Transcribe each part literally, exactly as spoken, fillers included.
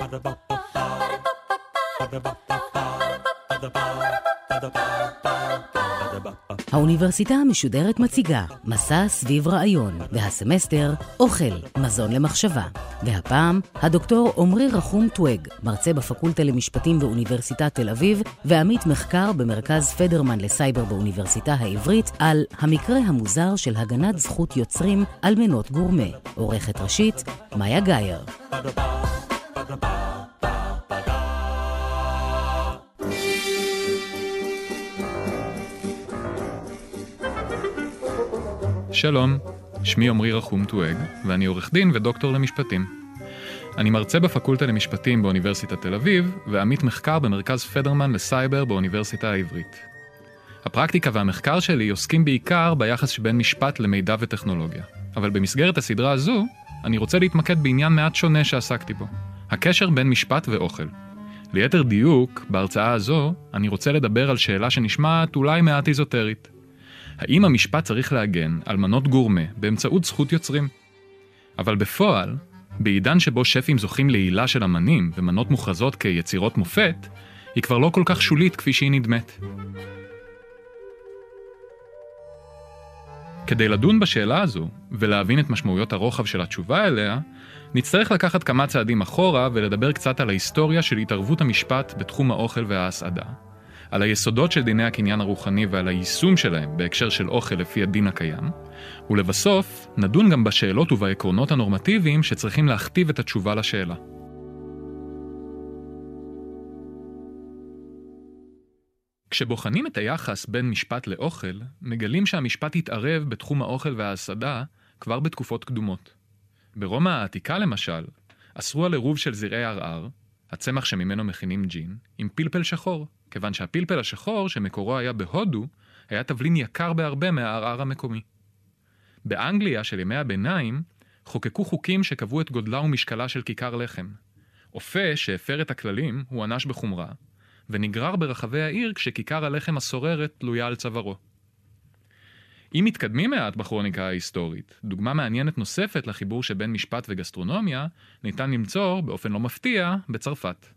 האוניברסיטה המשודרת מציגה מסע סביב רעיון, והסמסטר אוכל, מזון למחשבה. והפעם הדוקטור עומרי רחום טוויג, מרצה בפקולטה למשפטים באוניברסיטת תל אביב ועמית מחקר במרכז פדרמן לסייבר באוניברסיטה העברית, על המקרה המוזר של הגנת זכות יוצרים על מנות גורמה. עורכת ראשית מאיה גייר. שלום, שמי עומרי רחום טוויג, ואני עורך דין ודוקטור למשפטים. אני מרצה בפקולטה למשפטים באוניברסיטת תל אביב, ועמית מחקר במרכז פדרמן לסייבר באוניברסיטה העברית. הפרקטיקה והמחקר שלי עוסקים בעיקר ביחס שבין משפט למידע וטכנולוגיה. אבל במסגרת הסדרה הזו, אני רוצה להתמקד בעניין מעט שונה שעסקתי בו. הקשר בין משפט ואוכל. ליתר דיוק, בהרצאה הזו, אני רוצה לדבר על שאלה שנשמעת אולי מעט איזוטרית. האם המשפט צריך להגן על מנות גורמה באמצעות זכות יוצרים? אבל בפועל, בעידן שבו שפים זוכים להילה של אמנים ומנות מוכרזות כיצירות מופת, היא כבר לא כל כך שולית כפי שהיא נדמת. כדי לדון בשאלה הזו ולהבין את משמעויות הרוחב של התשובה אליה, נצטרך לקחת כמה צעדים אחורה ולדבר קצת על ההיסטוריה של התערבות המשפט בתחום האוכל וההסעדה, על היסודות של דיני הקניין הרוחני ועל היישום שלהם בהקשר של אוכל לפי הדין הקיים, ולבסוף נדון גם בשאלות ובעקרונות הנורמטיביים שצריכים להכתיב את התשובה לשאלה. כשבוחנים את היחס בין משפט לאוכל, מגלים שהמשפט התערב בתחום האוכל וההסעדה כבר בתקופות קדומות. ברומא העתיקה למשל, אסרו על עירוב של זרעי ערער, הצמח שממנו מכינים ג'ין, עם פלפל שחור, כיוון שהפלפל השחור שמקורו היה בהודו, היה תבלין יקר בהרבה מהערער המקומי. באנגליה של ימי הביניים, חוקקו חוקים שקבעו את גודלה ומשקלה של כיכר לחם. אופה שהפר את הכללים הוא ענש בחומרה, ונגרר ברחבי העיר כשכיכר הלחם הסוררת תלויה על צווארו. אם מתקדמים מעט בכרוניקה ההיסטורית, דוגמה מעניינת נוספת לחיבור שבין משפט וגסטרונומיה, ניתן למצוא, באופן לא מפתיע, בצרפת.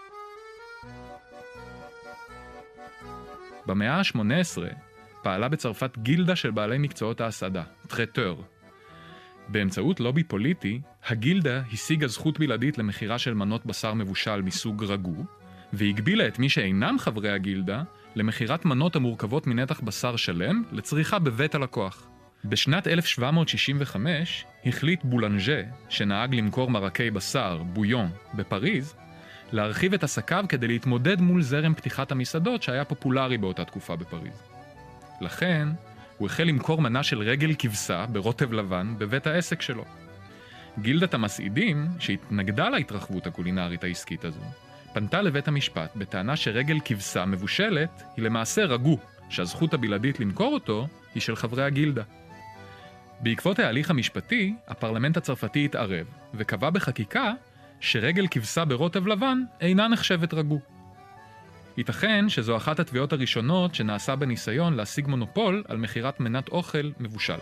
במאה ה-שמונה עשרה פעלה בצרפת גילדה של בעלי מקצועות ההסעדה, טרטור. באמצעות לובי פוליטי, הגילדה השיגה זכות בלעדית למחירה של מנות בשר מבושל מסוג רגו, והגבילה את מי שאינם חברי הגילדה למחירת מנות המורכבות מנתח בשר שלם לצריכה בבית הלקוח. בשנת אלף שבע מאות שישים וחמש החליט בולנג'ה, שנהג למכור מרקי בשר, בויון, בפריז, להרחיב את עסקיו כדי להתמודד מול זרם פתיחת המסעדות שהיה פופולרי באותה תקופה בפריז. לכן, הוא החל למכור מנה של רגל כבשה ברוטב לבן בבית העסק שלו. גילדת המסעידים, שהתנגדה להתרחבות הקולינרית העסקית הזו, פנתה לבית המשפט בטענה שרגל כבשה מבושלת היא למעשה רגו, שהזכות הבלעדית למכור אותו היא של חברי הגילדה. בעקבות ההליך המשפטי, הפרלמנט הצרפתי התערב, וקבע בחקיקה שרגל כבשה ברוטב לבן אינה נחשבת רגו. ייתכן שזו אחת התביעות הראשונות שנעשה בניסיון להשיג מונופול על מחירת מנת אוכל מבושל.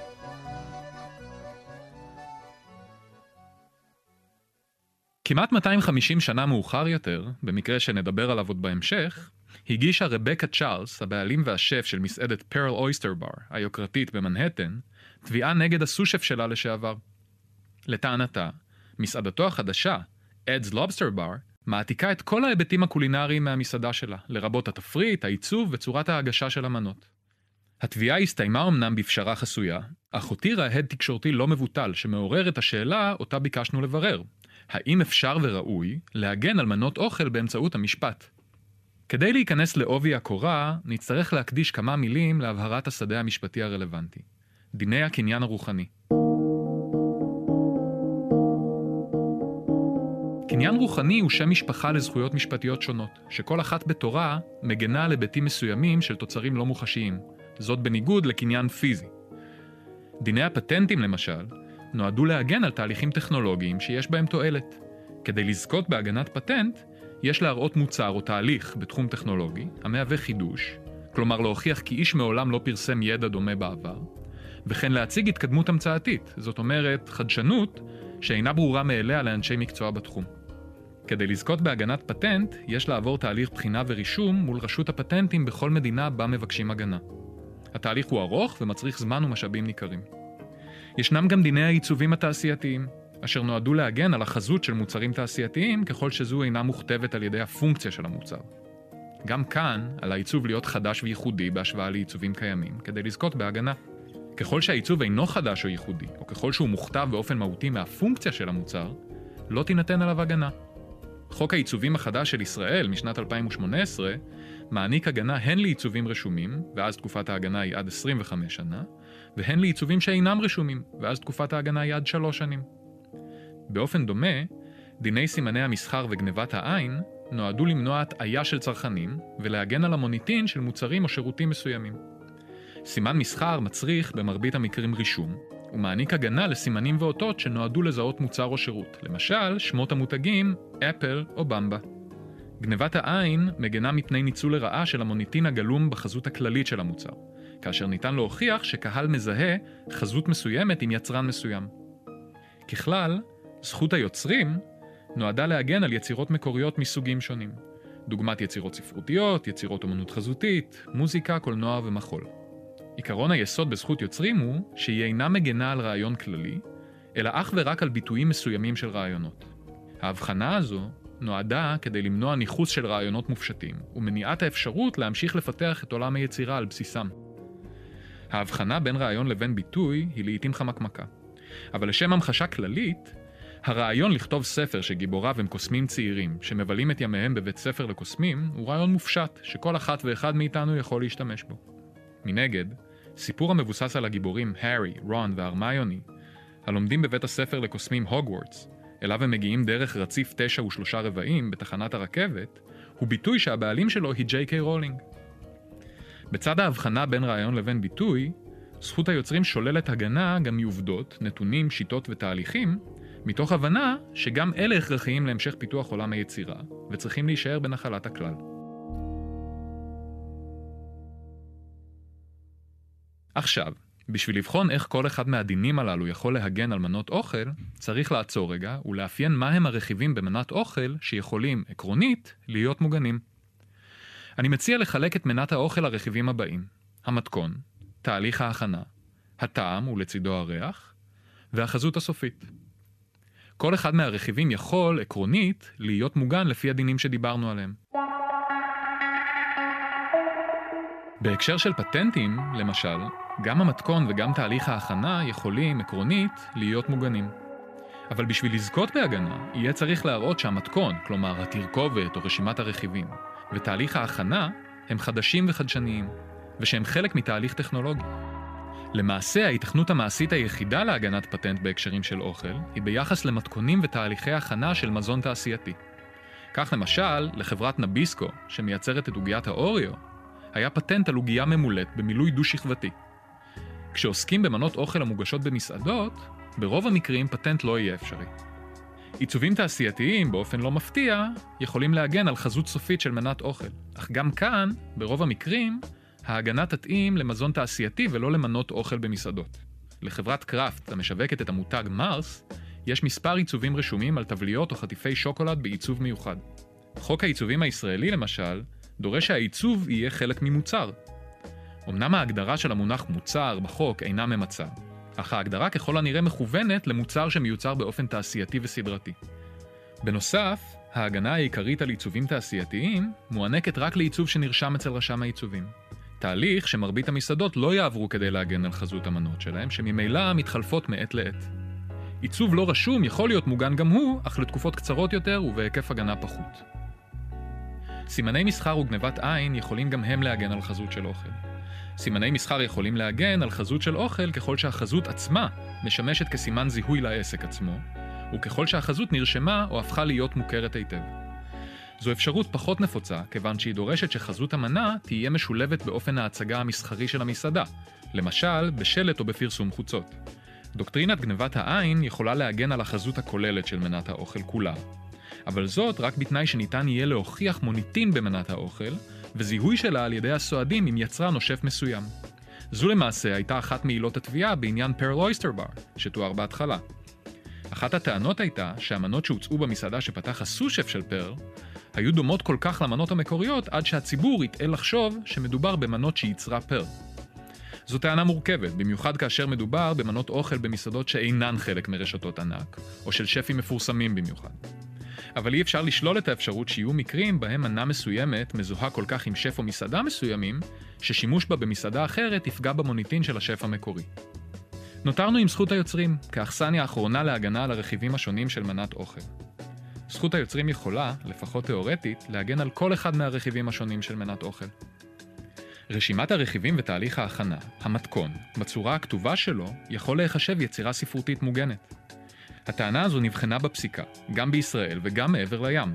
כמעט מאתיים וחמישים שנה מאוחר יותר, במקרה שנדבר עליו עוד בהמשך, הגישה רבקה צ'ארלס, הבעלים והשף של מסעדת פרל אויסטר בר, היוקרתית במנהטן, תביעה נגד הסושף שלה לשעבר. לטענתה, מסעדתו החדשה, אדס לובסטר בר, מעתיקה את כל ההיבטים הקולינריים מהמסעדה שלה, לרבות התפריט, העיצוב וצורת ההגשה של המנות. התביעה הסתיימה אמנם בפשרה חסויה, אך הותירה הד תקשורתי לא מבוטל שמעורר את השאלה אותה ביקשנו לברר. האם אפשר וראוי להגן על מנות אוכל באמצעות המשפט? כדי להיכנס לעובי הקורה, נצטרך להקדיש כמה מילים להבהרת השדה המשפטי הרלוונטי. דיני הקניין הרוחני. קניין רוחני הוא שם משפחה לזכויות משפטיות שונות, שכל אחת בתורה מגנה על היבטים מסוימים של תוצרים לא מוחשיים, זאת בניגוד לקניין פיזי. דיני הפטנטים למשל, נועדו להגן על תהליכים טכנולוגיים שיש בהם תועלת. כדי לזכות בהגנת פטנט, יש להראות מוצר או תהליך בתחום טכנולוגי, המהווה חידוש, כלומר להוכיח כי איש מעולם לא פרסם ידע דומה בעבר, וכן להציג התקדמות המצאתית, זאת אומרת חדשנות, שאינה ברורה מאליה לאנשי מקצוע בתחום. כדי לזכות בהגנת פטנט, יש לעבור תהליך בחינה ורישום מול רשות הפטנטים בכל מדינה בה מבקשים הגנה. התהליך הוא ארוך ומצריך זמן ומשאבים ניכרים. ישנם גם דיני העיצובים התעשייתיים, אשר נועדו להגן על החזות של מוצרים תעשייתיים ככל שזו אינה מוכתבת על ידי הפונקציה של המוצר. גם כאן, על העיצוב להיות חדש וייחודי בהשוואה לעיצובים קיימים, כדי לזכות בהגנה. ככל שהעיצוב אינו חדש או ייחודי, או ככל שהוא מוכתב באופן מהותי מהפונקציה של המוצר, לא תינתן עליו הגנה. חוק העיצובים החדש של ישראל משנת אלפיים ושמונה עשרה מעניק הגנה הן לעיצובים רשומים, ואז תקופת ההגנה היא עד עשרים וחמש שנה, והן לעיצובים שאינם רשומים, ואז תקופת ההגנה היא עד שלוש שנים. באופן דומה, דיני סימני המסחר וגנבת העין נועדו למנוע הטעיה של צרכנים ולהגן על המוניטין של מוצרים או שירותים מסוימים. סימן מסחר מצריך במרבית המקרים רישום, ומעניק הגנה לסימנים ואותות שנועדו לזהות מוצר או שירות, למשל שמות המותגים אפל או במבה. גנבת העין מגנה מפני ניצול לרעה של המוניטין הגלום בחזות הכללית של המוצר, כאשר ניתן להוכיח שקהל מזהה חזות מסוימת עם יצרן מסוים. ככלל, זכות היוצרים נועדה להגן על יצירות מקוריות מסוגים שונים, דוגמת יצירות ספרותיות, יצירות אומנות חזותית, מוזיקה, קולנוע ומחול. עיקרון היסוד בזכות יוצרים הוא שהיא אינה מגנה על רעיון כללי, אלא אך ורק על ביטויים מסוימים של רעיונות. ההבחנה הזו נועדה כדי למנוע ניחוס של רעיונות מופשטים, ומניעת האפשרות להמשיך לפתח את עולם היצירה על בסיסם. ההבחנה בין רעיון לבין ביטוי היא לעתים חמקמקה. אבל לשם המחשה כללית, הרעיון לכתוב ספר שגיבוריו הם קוסמים צעירים, שמבלים את ימיהם בבית ספר לקוסמים, הוא רעיון מופשט שכל אחת ואחד מאיתנו יכול להשתמש בו. מנגד, סיפור המבוסס על הגיבורים הארי, רון והרמיוני, הלומדים בבית הספר לקוסמים הוגוורטס, אליו הם מגיעים דרך רציף תשע ושלושה רבעים בתחנת הרכבת, הוא ביטוי שהבעלים שלו היא ג'יי קיי רולינג. בצד ההבחנה בין רעיון לבין ביטוי, זכות היוצרים שוללת הגנה גם מעובדות, נתונים, שיטות ותהליכים, מתוך הבנה שגם אלה הכרחיים להמשך פיתוח עולם היצירה, וצריכים להישאר בנחלת הכלל. עכשיו, בשביל לבחון איך כל אחד מהדינים הללו יכול להגן על מנות אוכל, צריך לעצור רגע ולאפיין מהם הרכיבים במנת אוכל שיכולים, עקרונית, להיות מוגנים. אני מציע לחלק את מנת האוכל לרכיבים הבאים: המתכון, תהליך ההכנה, הטעם ולצידו הריח, והחזות הסופית. כל אחד מהרכיבים יכול, עקרונית, להיות מוגן לפי הדינים שדיברנו עליהם. בהקשר של פטנטים, למשל, גם המתכון וגם תהליך ההכנה יכולים, עקרונית, להיות מוגנים. אבל בשביל לזכות בהגנה, יהיה צריך להראות שהמתכון, כלומר התרכובת או רשימת הרכיבים, ותהליך ההכנה הם חדשים וחדשניים, ושהם חלק מתהליך טכנולוגי. למעשה, ההתכנות המעשית היחידה להגנת פטנט בהקשרים של אוכל, היא ביחס למתכונים ותהליכי הכנה של מזון תעשייתי. כך למשל, לחברת נביסקו, שמייצרת את עוגיית האוריו, היה פטנט על עוגייה ממולאת במילוי דו-שכבתי. כשעוסקים במנות אוכל המוגשות במסעדות, ברוב המקרים פטנט לא יהיה אפשרי. עיצובים תעשייתיים, באופן לא מפתיע, יכולים להגן על חזות סופית של מנת אוכל. אך גם כאן, ברוב המקרים, ההגנה תתאים למזון תעשייתי ולא למנות אוכל במסעדות. לחברת קראפט, המשווקת את המותג מרס, יש מספר עיצובים רשומים על טבליות או חטיפי שוקולד בעיצוב מיוחד. חוק העיצובים הישראלי, למשל, דורש שהעיצוב יהיה חלק ממוצר. אמנם ההגדרה של המונח מוצר בחוק אינה ממצה, אך ההגדרה ככל הנראה מכוונת למוצר שמיוצר באופן תעשייתי וסדרתי. בנוסף, ההגנה העיקרית על עיצובים תעשייתיים מוענקת רק לעיצוב שנרשם אצל רשם העיצובים. תהליך שמרבית המסעדות לא יעברו כדי להגן על חזות המנות שלהם, שממילא מתחלפות מעת לעת. עיצוב לא רשום יכול להיות מוגן גם הוא, אך לתקופות קצרות יותר ובהיקף הגנה פחות. סימני מסחר וגנבת עין יכולים גם הם להגן על חזות של אוכל. סימני מסחר יכולים להגן על חזות של אוכל ככל שהחזות עצמה משמשת כסימן זיהוי לעסק עצמו, וככל שהחזות נרשמה או הפכה להיות מוכרת היטב. זו אפשרות פחות נפוצה, כיוון שהיא דורשת שחזות המנה תהיה משולבת באופן ההצגה המסחרי של המסעדה, למשל בשלט או בפרסום חוצות. דוקטרינת גנבת העין יכולה להגן על החזות הכוללת של מנת האוכל כולה, אבל זאת רק בתנאי שניתן יהיה להוכיח מוניטין במנת האוכל, וזיהוי שלה על ידי הסועדים עם יצרן או שף מסוים. זו למעשה הייתה אחת מעילות התביעה בעניין פרל אויסטר בר, שתואר בהתחלה. אחת הטענות הייתה שהמנות שהוצאו במסעדה שפתח הסושף של פרל היו דומות כל כך למנות המקוריות עד שהציבור יתאל לחשוב שמדובר במנות שייצרה פרל. זו טענה מורכבת, במיוחד כאשר מדובר במנות אוכל במסעדות שאינן חלק מרשתות ענק, או של שפים מפורסמים במיוחד. אבל אי אפשר לשלול את האפשרות שיהיו מקרים בהם מנה מסוימת מזוהה כל כך עם שף או מסעדה מסוימים, ששימוש בה במסעדה אחרת יפגע במוניטין של השף המקורי. נותרנו עם זכות היוצרים, כאכסניה האחרונה להגנה על הרכיבים השונים של מנת אוכל. זכות היוצרים יכולה, לפחות תיאורטית, להגן על כל אחד מהרכיבים השונים של מנת אוכל. רשימת הרכיבים ותהליך ההכנה, המתכון, בצורה הכתובה שלו, יכול להיחשב יצירה ספרותית מוגנת. הטענה הזו נבחנה בפסיקה, גם בישראל וגם מעבר לים.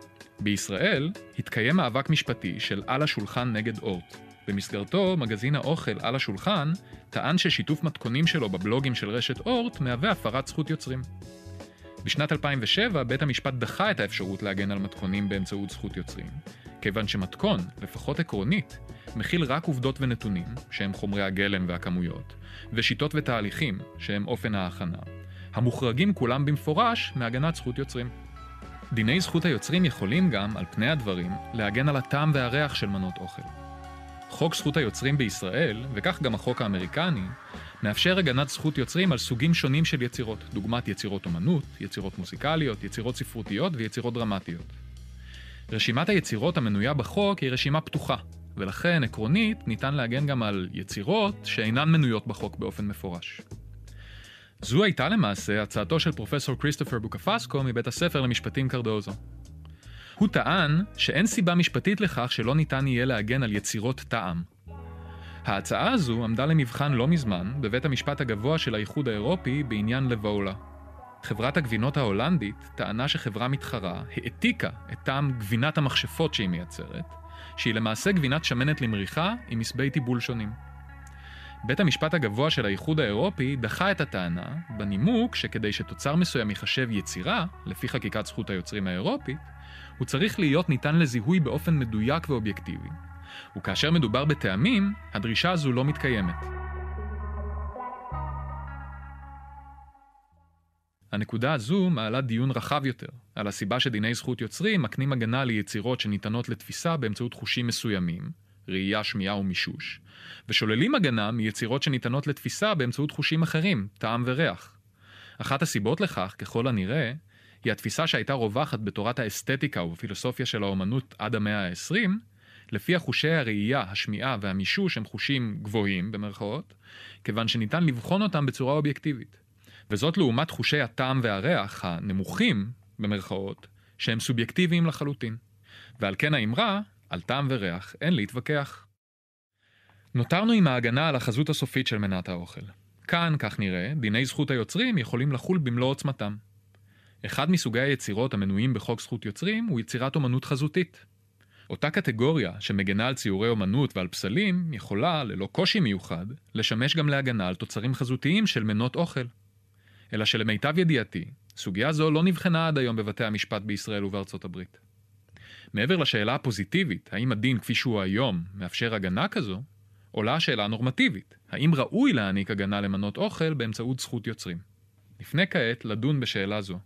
בישראל התקיים מאבק משפטי של על השולחן נגד אורט. במסגרתו, מגזין האוכל על השולחן טען ששיתוף מתכונים שלו בבלוגים של רשת אורט מהווה הפרת זכות יוצרים. בשנת אלפיים ושבע בית המשפט דחה את האפשרות להגן על מתכונים באמצעות זכות יוצרים, כיוון שמתכון, לפחות עקרונית, מכיל רק עובדות ונתונים, שהם חומרי הגלם והכמויות, ושיטות ותהליכים, שהם אופן ההכנה, המוחרגים כולם במפורש מהגנת זכות יוצרים. דיני זכות היוצרים יכולים גם, על פני הדברים, להגן על הטעם והריח של מנות אוכל. חוק זכות היוצרים בישראל, וכך גם החוק האמריקני, מאפשר הגנת זכות יוצרים על סוגים שונים של יצירות, דוגמת יצירות אומנות, יצירות מוזיקליות, יצירות ספרותיות ויצירות דרמטיות. רשימת היצירות המנויה בחוק היא רשימה פתוחה, ולכן עקרונית ניתן להגן גם על יצירות שאינן מנויות בחוק באופן מפורש. זו הייתה למעשה הצעתו של פרופסור כריסטופר בוקפסקו מבית הספר למשפטים קרדוזו. הוא טען שאין סיבה משפטית לכך שלא ניתן יהיה להגן על יצירות טעם. ההצעה הזו עמדה למבחן לא מזמן בבית המשפט הגבוה של האיחוד האירופי בעניין לבואולה. חברת הגבינות ההולנדית טענה שחברה מתחרה העתיקה את טעם גבינת המכשפות שהיא מייצרת, שהיא למעשה גבינת שמנת למריחה עם מסבי טיבול שונים. בית המשפט הגבוה של האיחוד האירופי דחה את הטענה בנימוק שכדי שתוצר מסוים ייחשב יצירה, לפי חקיקת זכות היוצרים האירופית, הוא צריך להיות ניתן לזיהוי באופן מדויק ואובייקטיבי. וכאשר מדובר בטעמים, הדרישה הזו לא מתקיימת. הנקודה הזו מעלה דיון רחב יותר, על הסיבה שדיני זכות יוצרים מקנים הגנה ליצירות שניתנות לתפיסה באמצעות חושים מסוימים, ראייה, שמיעה ומישוש, ושוללים הגנה מיצירות שניתנות לתפיסה באמצעות חושים אחרים, טעם וריח. אחת הסיבות לכך, ככל הנראה, היא התפיסה שהייתה רווחת בתורת האסתטיקה ובפילוסופיה של האומנות עד המאה ה-עשרים, לפי חושי הראייה, השמיעה והמישוש הם חושים גבוהים, במרכאות, כיוון שניתן לבחון אותם בצורה אובייקטיבית. וזאת לעומת חושי הטעם והריח, הנמוכים, במרכאות, שהם סובייקטיביים לחלוטין. ועל כן האמרה, על טעם וריח, אין להתווכח. נותרנו עם ההגנה על החזות הסופית של מנת האוכל. כאן, כך נראה, דיני זכות היוצרים יכולים לחול במלוא עוצמתם. אחד מסוגי היצירות המנויים בחוק זכות יוצרים הוא יצירת אומנות חזותית. אותה קטגוריה שמגנה על ציורי אומנות ועל פסלים יכולה, ללא קושי מיוחד, לשמש גם להגנה על תוצרים חזותיים של מנות אוכל. אלא שלמיטב ידיעתי, סוגיה זו לא נבחנה עד היום בבתי המשפט בישראל ובארצות הברית. מעבר לשאלה הפוזיטיבית, האם הדין כפי שהוא היום מאפשר הגנה כזו, עולה השאלה הנורמטיבית, האם ראוי להעניק הגנה למנות אוכל באמצעות זכות יוצרים. לפני כעת לדון בשאלה זו.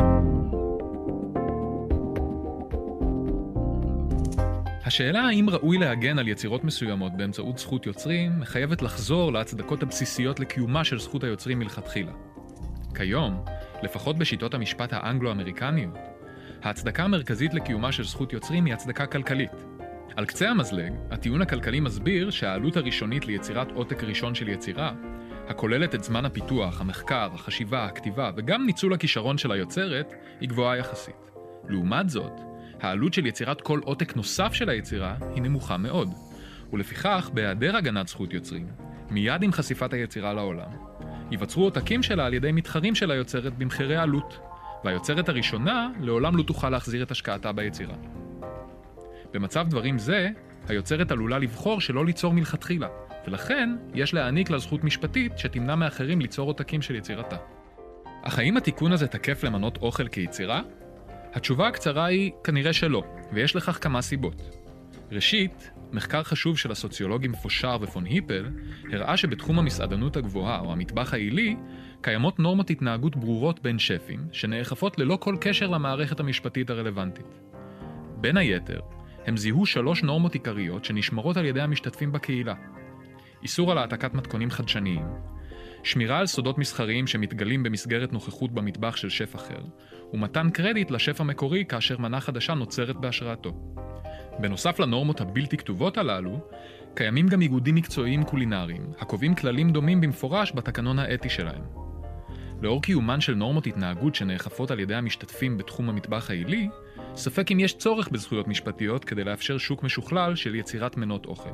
השאלה האם ראוי להגן על יצירות מסוימות באמצעות זכות יוצרים מחייבת לחזור להצדקות הבסיסיות לקיומה של זכות היוצרים מלכתחילה. כיום, לפחות בשיטות המשפט האנגלו-אמריקניות, ההצדקה המרכזית לקיומה של זכות יוצרים היא הצדקה כלכלית. על קצה המזלג, הטיעון הכלכלי מסביר שהעלות הראשונית ליצירת עותק ראשון של יצירה, הכוללת את זמן הפיתוח, המחקר, החשיבה, הכתיבה וגם ניצול הכישרון של היוצרת, היא גבוהה יחסית. לעומת זאת, העלות של יצירת כל עותק נוסף של היצירה היא נמוכה מאוד, ולפיכך, בהיעדר הגנת זכות יוצרים, מיד עם חשיפת היצירה לעולם, ייווצרו עותקים שלה על ידי מתחרים של היוצרת במחירי עלות, והיוצרת הראשונה לעולם לא תוכל להחזיר את השקעתה ביצירה. במצב דברים זה, היוצרת עלולה לבחור שלא ליצור מלכתחילה, ולכן יש להעניק לה זכות משפטית שתמנע מאחרים ליצור עותקים של יצירתה. אך האם התיקון הזה תקף למנות אוכל כיצירה? התשובה הקצרה היא כנראה שלא, ויש לכך כמה סיבות. ראשית, מחקר חשוב של הסוציולוגים פושר ופון היפל הראה שבתחום המסעדנות הגבוהה או המטבח העילי קיימות נורמות התנהגות ברורות בין שפים שנאכפות ללא כל קשר למערכת המשפטית הרלוונטית. בין היתר, הם זיהו שלוש נורמות עיקריות שנשמרות על ידי המשתתפים בקהילה. איסור על העתקת מתכונים חדשניים, שמירה על סודות מסחריים שמתגלים במסגרת נוכחות במטבח של שף אחר, ומתן קרדיט לשף המקורי כאשר מנה חדשה נוצרת בהשראתו. בנוסף לנורמות הבלתי כתובות הללו, קיימים גם איגודים מקצועיים קולינריים, הקובעים כללים דומים במפורש בתקנון האתי שלהם. לאור קיומן של נורמות התנהגות שנאכפות על ידי המשתתפים בתחום המטבח העילי, ספק אם יש צורך בזכויות משפטיות כדי לאפשר שוק משוכלל של יצירת מנות אוכל.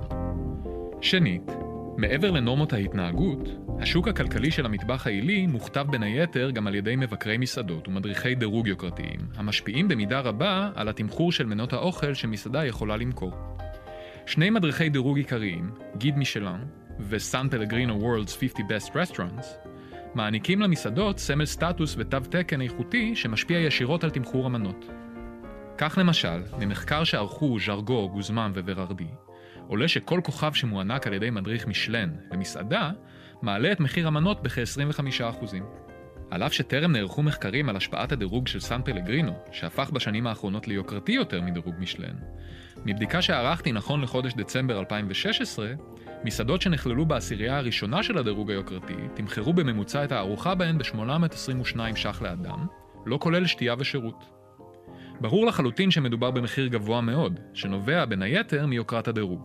שנית, מעבר לנורמות ההתנהגות, השוק הכלכלי של המטבח העילי מוכתב בין היתר גם על ידי מבקרי מסעדות ומדריכי דירוג יוקרתיים, המשפיעים במידה רבה על התמחור של מנות האוכל שמסעדה יכולה למכור. שני מדריכי דירוג עיקריים, גיד מישלן וסן פלגרינו World's חמישים Best Restaurants, מעניקים למסעדות סמל סטטוס ותו תקן איכותי שמשפיע ישירות על תמחור המנות. כך למשל, ממחקר שערכו ז'רגו, גוזמן ובררדי, עולה שכל כוכב שמוענק על ידי מדריך משלן למסעדה, מעלה את מחיר המנות בכ-עשרים וחמישה אחוז. על אף שטרם נערכו מחקרים על השפעת הדירוג של סן פלגרינו, שהפך בשנים האחרונות ליוקרתי יותר מדירוג משלן, מבדיקה שערכתי נכון לחודש דצמבר אלפיים ושש עשרה, מסעדות שנכללו בעשירייה הראשונה של הדירוג היוקרתי, תמחרו בממוצע את הארוחה בהן ב-שמונה מאות עשרים ושניים ש"ח לאדם, לא כולל שתייה ושירות. ברור לחלוטין שמדובר במחיר גבוה מאוד, שנובע בין היתר מיוקרת הדירוג.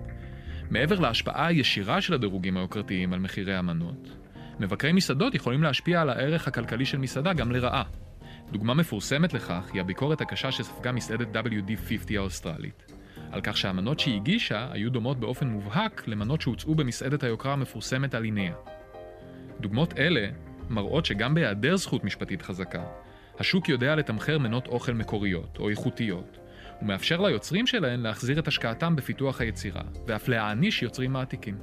מעבר להשפעה הישירה של הדירוגים היוקרתיים על מחירי המנות, מבקרי מסעדות יכולים להשפיע על הערך הכלכלי של מסעדה גם לרעה. דוגמה מפורסמת לכך היא הביקורת הקשה שספגה מסעדת דאבליו די חמישים האוסטרלית, על כך שהמנות שהיא הגישה היו דומות באופן מובהק למנות שהוצאו במסעדת היוקרה המפורסמת אליניה. דוגמות אלה מראות שגם בהיעדר זכות משפטית חזקה, השוק יודע לתמחר מנות אוכל מקוריות או איכותיות, ומאפשר ליוצרים שלהן להחזיר את השקעתם בפיתוח היצירה, ואף להעניש יוצרים מעתיקים.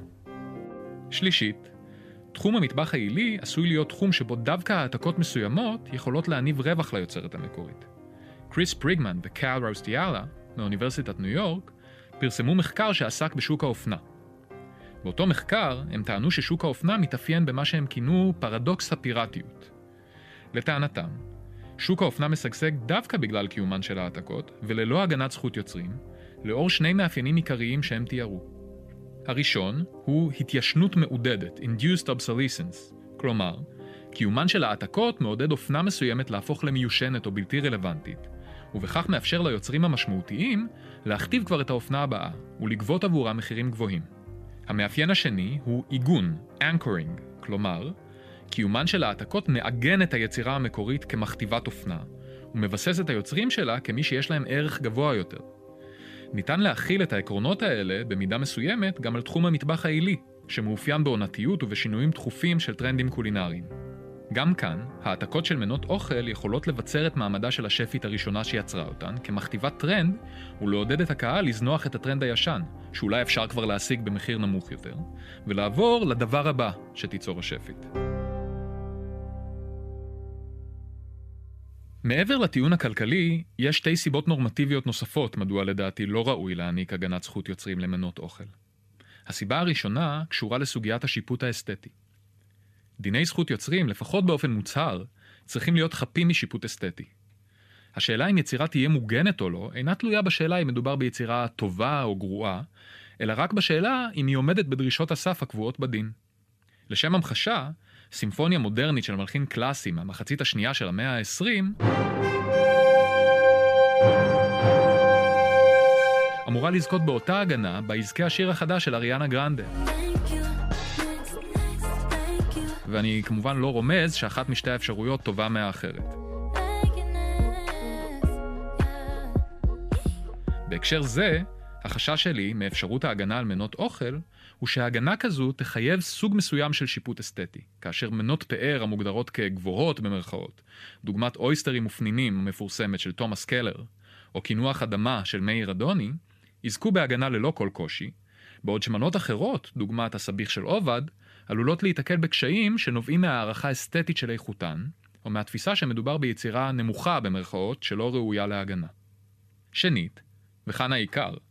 שלישית, תחום המטבח העילי עשוי להיות תחום שבו דווקא העתקות מסוימות יכולות להניב רווח ליוצרת המקורית. קריס פריגמן וקאל ראוסטיאלה, מאוניברסיטת ניו יורק, פרסמו מחקר שעסק בשוק האופנה. באותו מחקר הם טענו ששוק האופנה מתאפיין במה שהם כינו פרדוקס הפיראטיות. לטענתם, שוק האופנה משגשג דווקא בגלל קיומן של העתקות, וללא הגנת זכות יוצרים, לאור שני מאפיינים עיקריים שהם תיארו. הראשון הוא התיישנות מעודדת, induced obsolescence, כלומר, קיומן של העתקות מעודד אופנה מסוימת להפוך למיושנת או בלתי רלוונטית, ובכך מאפשר ליוצרים המשמעותיים להכתיב כבר את האופנה הבאה, ולגבות עבורה מחירים גבוהים. המאפיין השני הוא עיגון, anchoring, כלומר, קיומן של העתקות מעגן את היצירה המקורית כמכתיבת אופנה, ומבסס את היוצרים שלה כמי שיש להם ערך גבוה יותר. ניתן להכיל את העקרונות האלה במידה מסוימת גם על תחום המטבח העילי, שמאופיין בעונתיות ובשינויים תכופים של טרנדים קולינריים. גם כאן, העתקות של מנות אוכל יכולות לבצר את מעמדה של השפית הראשונה שיצרה אותן כמכתיבת טרנד, ולעודד את הקהל לזנוח את הטרנד הישן, שאולי אפשר כבר להשיג במחיר נמוך יותר, ולעבור לדבר הבא שתיצור השפית. מעבר לטיעון הכלכלי, יש שתי סיבות נורמטיביות נוספות מדוע לדעתי לא ראוי להעניק הגנת זכות יוצרים למנות אוכל. הסיבה הראשונה קשורה לסוגיית השיפוט האסתטי. דיני זכות יוצרים, לפחות באופן מוצהר, צריכים להיות חפים משיפוט אסתטי. השאלה אם יצירה תהיה מוגנת או לא, אינה תלויה בשאלה אם מדובר ביצירה טובה או גרועה, אלא רק בשאלה אם היא עומדת בדרישות הסף הקבועות בדין. לשם המחשה, סימפוניה מודרנית של מלחין קלאסי מהמחצית השנייה של המאה ה-עשרים אמורה לזכות באותה הגנה ביזכה השיר החדש של אריאנה גרנדה. ואני כמובן לא רומז שאחת משתי האפשרויות טובה מהאחרת. בהקשר זה, החשש שלי מאפשרות ההגנה על מנות אוכל הוא שההגנה כזו תחייב סוג מסוים של שיפוט אסתטי, כאשר מנות פאר המוגדרות כגבוהות במרכאות, דוגמת אויסטרים ופנינים המפורסמת של תומאס קלר, או כינוח אדמה של מאיר אדוני, יזכו בהגנה ללא כל קושי, בעוד שמנות אחרות, דוגמת הסביך של עובד, עלולות להתקל בקשיים שנובעים מהערכה אסתטית של איכותן, או מהתפיסה שמדובר ביצירה נמוכה במרכאות שלא ראויה להגנה. שנית, וכאן העיקר,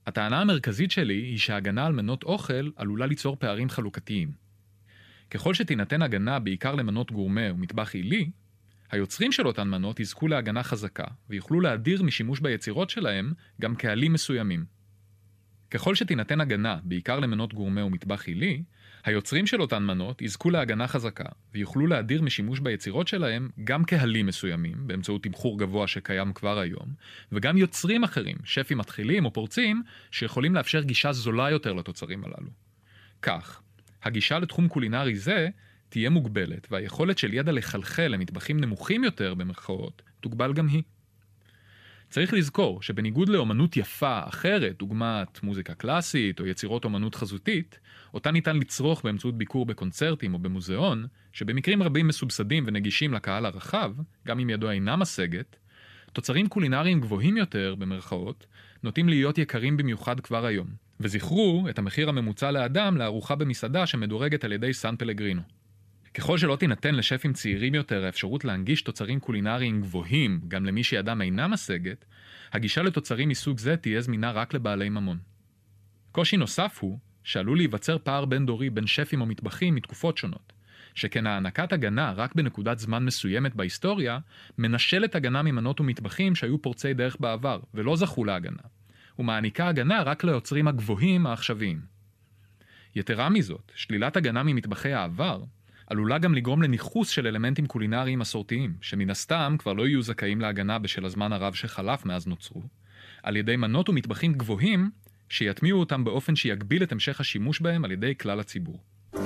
הטענה המרכזית שלי היא שההגנה על מנות אוכל עלולה ליצור פערים חלוקתיים. ככל שתינתן הגנה בעיקר למנות גורמה ומטבח עילי, היוצרים של אותן מנות יזכו להגנה חזקה, ויוכלו להדיר משימוש ביצירות שלהם גם קהלים מסוימים. ככל שתינתן הגנה בעיקר למנות גורמה ומטבח עילי, היוצרים של אותן מנות יזכו להגנה חזקה, ויוכלו להדיר משימוש ביצירות שלהם גם קהלים מסוימים, באמצעות תמחור גבוה שקיים כבר היום, וגם יוצרים אחרים, שפים מתחילים או פורצים, שיכולים לאפשר גישה זולה יותר לתוצרים הללו. כך, הגישה לתחום קולינרי זה תהיה מוגבלת, והיכולת של ידע לחלחל למטבחים נמוכים יותר במרכאות, תוגבל גם היא. צריך לזכור שבניגוד לאומנות יפה אחרת, דוגמת מוזיקה קלאסית או יצירות אומנות חזותית, אותה ניתן לצרוך באמצעות ביקור בקונצרטים או במוזיאון, שבמקרים רבים מסובסדים ונגישים לקהל הרחב, גם אם ידו אינה משגת, תוצרים קולינריים גבוהים יותר, במרכאות, נוטים להיות יקרים במיוחד כבר היום. וזכרו את המחיר הממוצע לאדם לארוחה במסעדה שמדורגת על ידי סן פלגרינו. ככל שלא תינתן לשפים צעירים יותר האפשרות להנגיש תוצרים קולינריים גבוהים גם למי שידם אינה משגת, הגישה לתוצרים מסוג זה תהיה זמינה רק לבעלי ממון. קושי נוסף הוא שעלול להיווצר פער בין דורי בין שפים או מטבחים מתקופות שונות, שכן הענקת הגנה רק בנקודת זמן מסוימת בהיסטוריה, מנשלת הגנה ממנות ומטבחים שהיו פורצי דרך בעבר ולא זכו להגנה, ומעניקה הגנה רק ליוצרים הגבוהים העכשוויים. יתרה מזאת, שלילת הגנה ממטבחי העבר, עלולה גם לגרום לניחוס של אלמנטים קולינריים מסורתיים, שמן הסתם כבר לא יהיו זכאים להגנה בשל הזמן הרב שחלף מאז נוצרו, על ידי מנות ומטבחים גבוהים שיטמיעו אותם באופן שיגביל את המשך השימוש בהם על ידי כלל הציבור.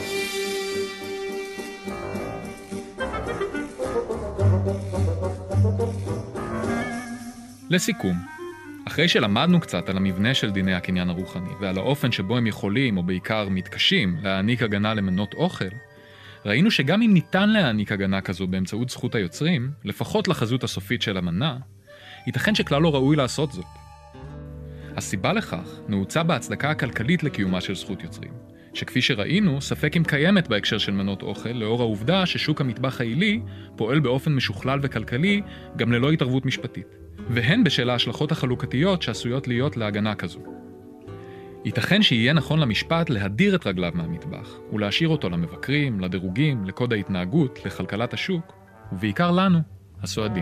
לסיכום, אחרי שלמדנו קצת על המבנה של דיני הקניין הרוחני ועל האופן שבו הם יכולים או בעיקר מתקשים להעניק הגנה למנות אוכל, ראינו שגם אם ניתן להעניק הגנה כזו באמצעות זכות היוצרים, לפחות לחזות הסופית של המנה, ייתכן שכלל לא ראוי לעשות זאת. הסיבה לכך נעוצה בהצדקה הכלכלית לקיומה של זכות יוצרים, שכפי שראינו, ספק אם קיימת בהקשר של מנות אוכל, לאור העובדה ששוק המטבח העילי פועל באופן משוכלל וכלכלי גם ללא התערבות משפטית, והן בשל ההשלכות החלוקתיות שעשויות להיות להגנה כזו. ייתכן שיהיה נכון למשפט להדיר את רגליו מהמטבח, ולהשאיר אותו למבקרים, לדירוגים, לקוד ההתנהגות, לכלכלת השוק, ובעיקר לנו, הסועדים.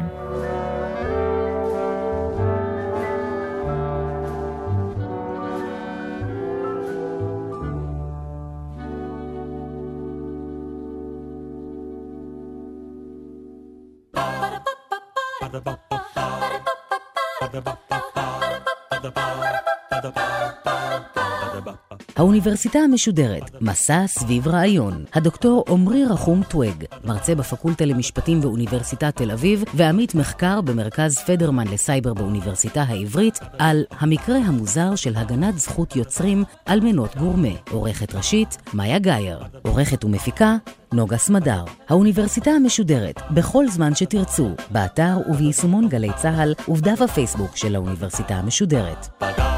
האוניברסיטה המשודרת, מסע סביב רעיון. הדוקטור עומרי רחום טוויג, מרצה בפקולטה למשפטים באוניברסיטת תל אביב, ועמית מחקר במרכז פדרמן לסייבר באוניברסיטה העברית, על המקרה המוזר של הגנת זכות יוצרים על מנות גורמה. עורכת ראשית, מאיה גייר. עורכת ומפיקה, נוגה סמדר. האוניברסיטה המשודרת, בכל זמן שתרצו, באתר וביישומון גלי צהל, ובדף הפייסבוק של האוניברסיטה המשודרת.